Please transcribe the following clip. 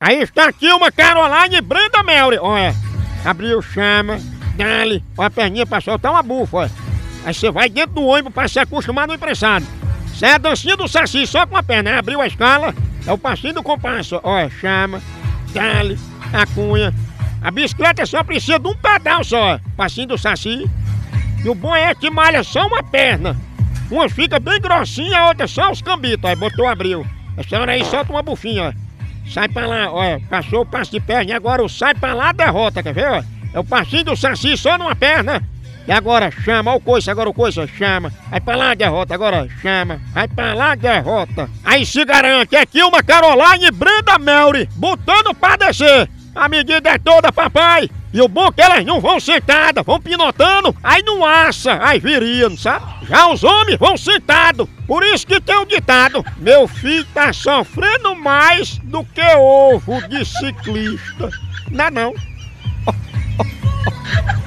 Aí está aqui uma Caroline e Brenda Melry. Olha, abriu, chama, dale, ó a perninha pra soltar uma bufa, olha. Aí você vai dentro do ônibus pra se acostumar no emprestado. Isso é a dancinha do Saci só com a perna, né? Abriu a escala, é o passinho do compasso. Olha, chama, dale, a cunha. A bicicleta só precisa de um pedal só, passinho do Saci. E o bom é que malha só uma perna. Uma fica bem grossinha, a outra só os cambitos. Aí botou, abriu. Essa hora aí solta uma bufinha, ó. Sai pra lá, olha, passou o passo de perna e agora o sai pra lá derrota, quer ver, ó? É o passinho do Saci só numa perna. E agora chama, ó o coice, agora o coice, chama. Aí pra lá derrota, agora chama. Aí pra lá derrota. Aí se garante, aqui uma Caroline e Brenda Melry, botando pra descer. A medida é toda, papai. E o bom é que elas não vão sentadas, vão pinotando, aí não assa, aí viria, não sabe? Já os homens vão sentados. Por isso que tem o ditado: meu filho tá sofrendo mais do que ovo de ciclista. Não é não?